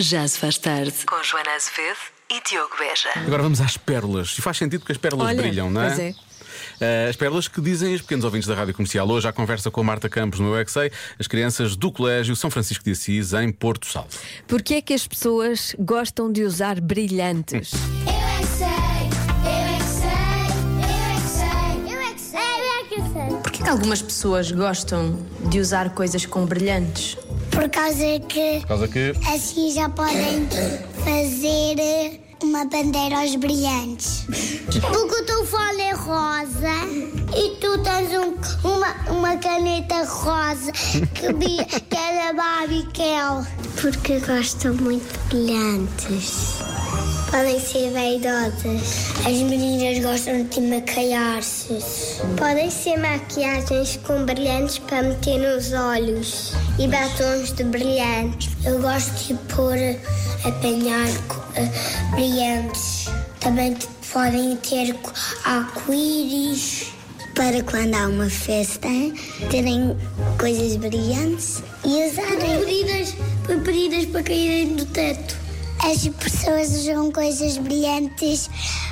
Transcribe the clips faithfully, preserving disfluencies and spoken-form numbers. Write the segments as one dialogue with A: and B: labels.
A: Já se faz tarde. Com Joana Azevedo e Diogo Beja.
B: Agora vamos às pérolas. E faz sentido que as pérolas
C: Olha,
B: brilham, não é?
C: pois é.
B: Uh, as pérolas que dizem os pequenos ouvintes da Rádio Comercial. Hoje, à conversa com a Marta Campos no Eu É Que Sei, as crianças do Colégio São Francisco de Assis, em Porto Salvo.
C: Porquê é que as pessoas gostam de usar brilhantes?
D: Eu é que sei, eu é que sei, eu é que sei, eu é que sei, eu é que sei.
E: Porquê que algumas pessoas gostam de usar coisas com brilhantes?
D: Por causa que
B: Por causa que.
D: assim já podem fazer uma bandeira aos brilhantes. Porque o teu fone é rosa e tu tens um- uma, uma caneta rosa que, vi- que é da Barbie Kel. Porque gostam muito de brilhantes. Podem ser vaidosas. As meninas gostam de maquiar-se. Podem ser maquiagens com brilhantes para meter nos olhos e batons de brilhantes. Eu gosto de pôr, apanhar uh, brilhantes. Também podem ter arco-íris. Para quando há uma festa, terem coisas brilhantes e usarem. Preferidas, preferidas para caírem do teto. As pessoas usam coisas brilhantes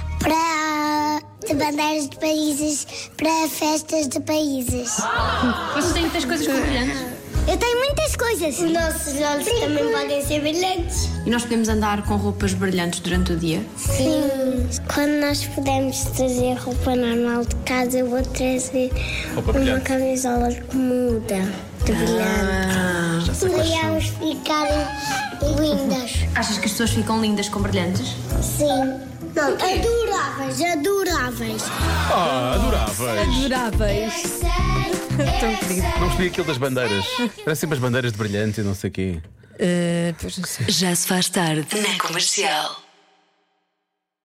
D: para de bandeiras de países, para festas de países.
E: Você tem muitas coisas com brilhantes?
D: Eu tenho muitas coisas. Os nossos olhos também podem ser brilhantes.
E: E nós podemos andar com roupas brilhantes durante o dia?
D: Sim. Quando nós pudermos trazer roupa normal de casa, eu vou trazer
B: Roupa
D: uma
B: brilhante.
D: camisola que muda de brilhante.
B: Já sei quais são.
D: Podíamos ficar lindas.
E: Achas que as pessoas ficam lindas com brilhantes?
D: Sim. Não, adoráveis, adoráveis.
B: Ah, adoráveis.
C: Adoráveis. Tão querido.
B: Não percebi aquilo das bandeiras. Parece sempre as bandeiras de brilhante e não sei o quê.
C: Uh, pois não sei.
A: Já se faz tarde. Na Comercial.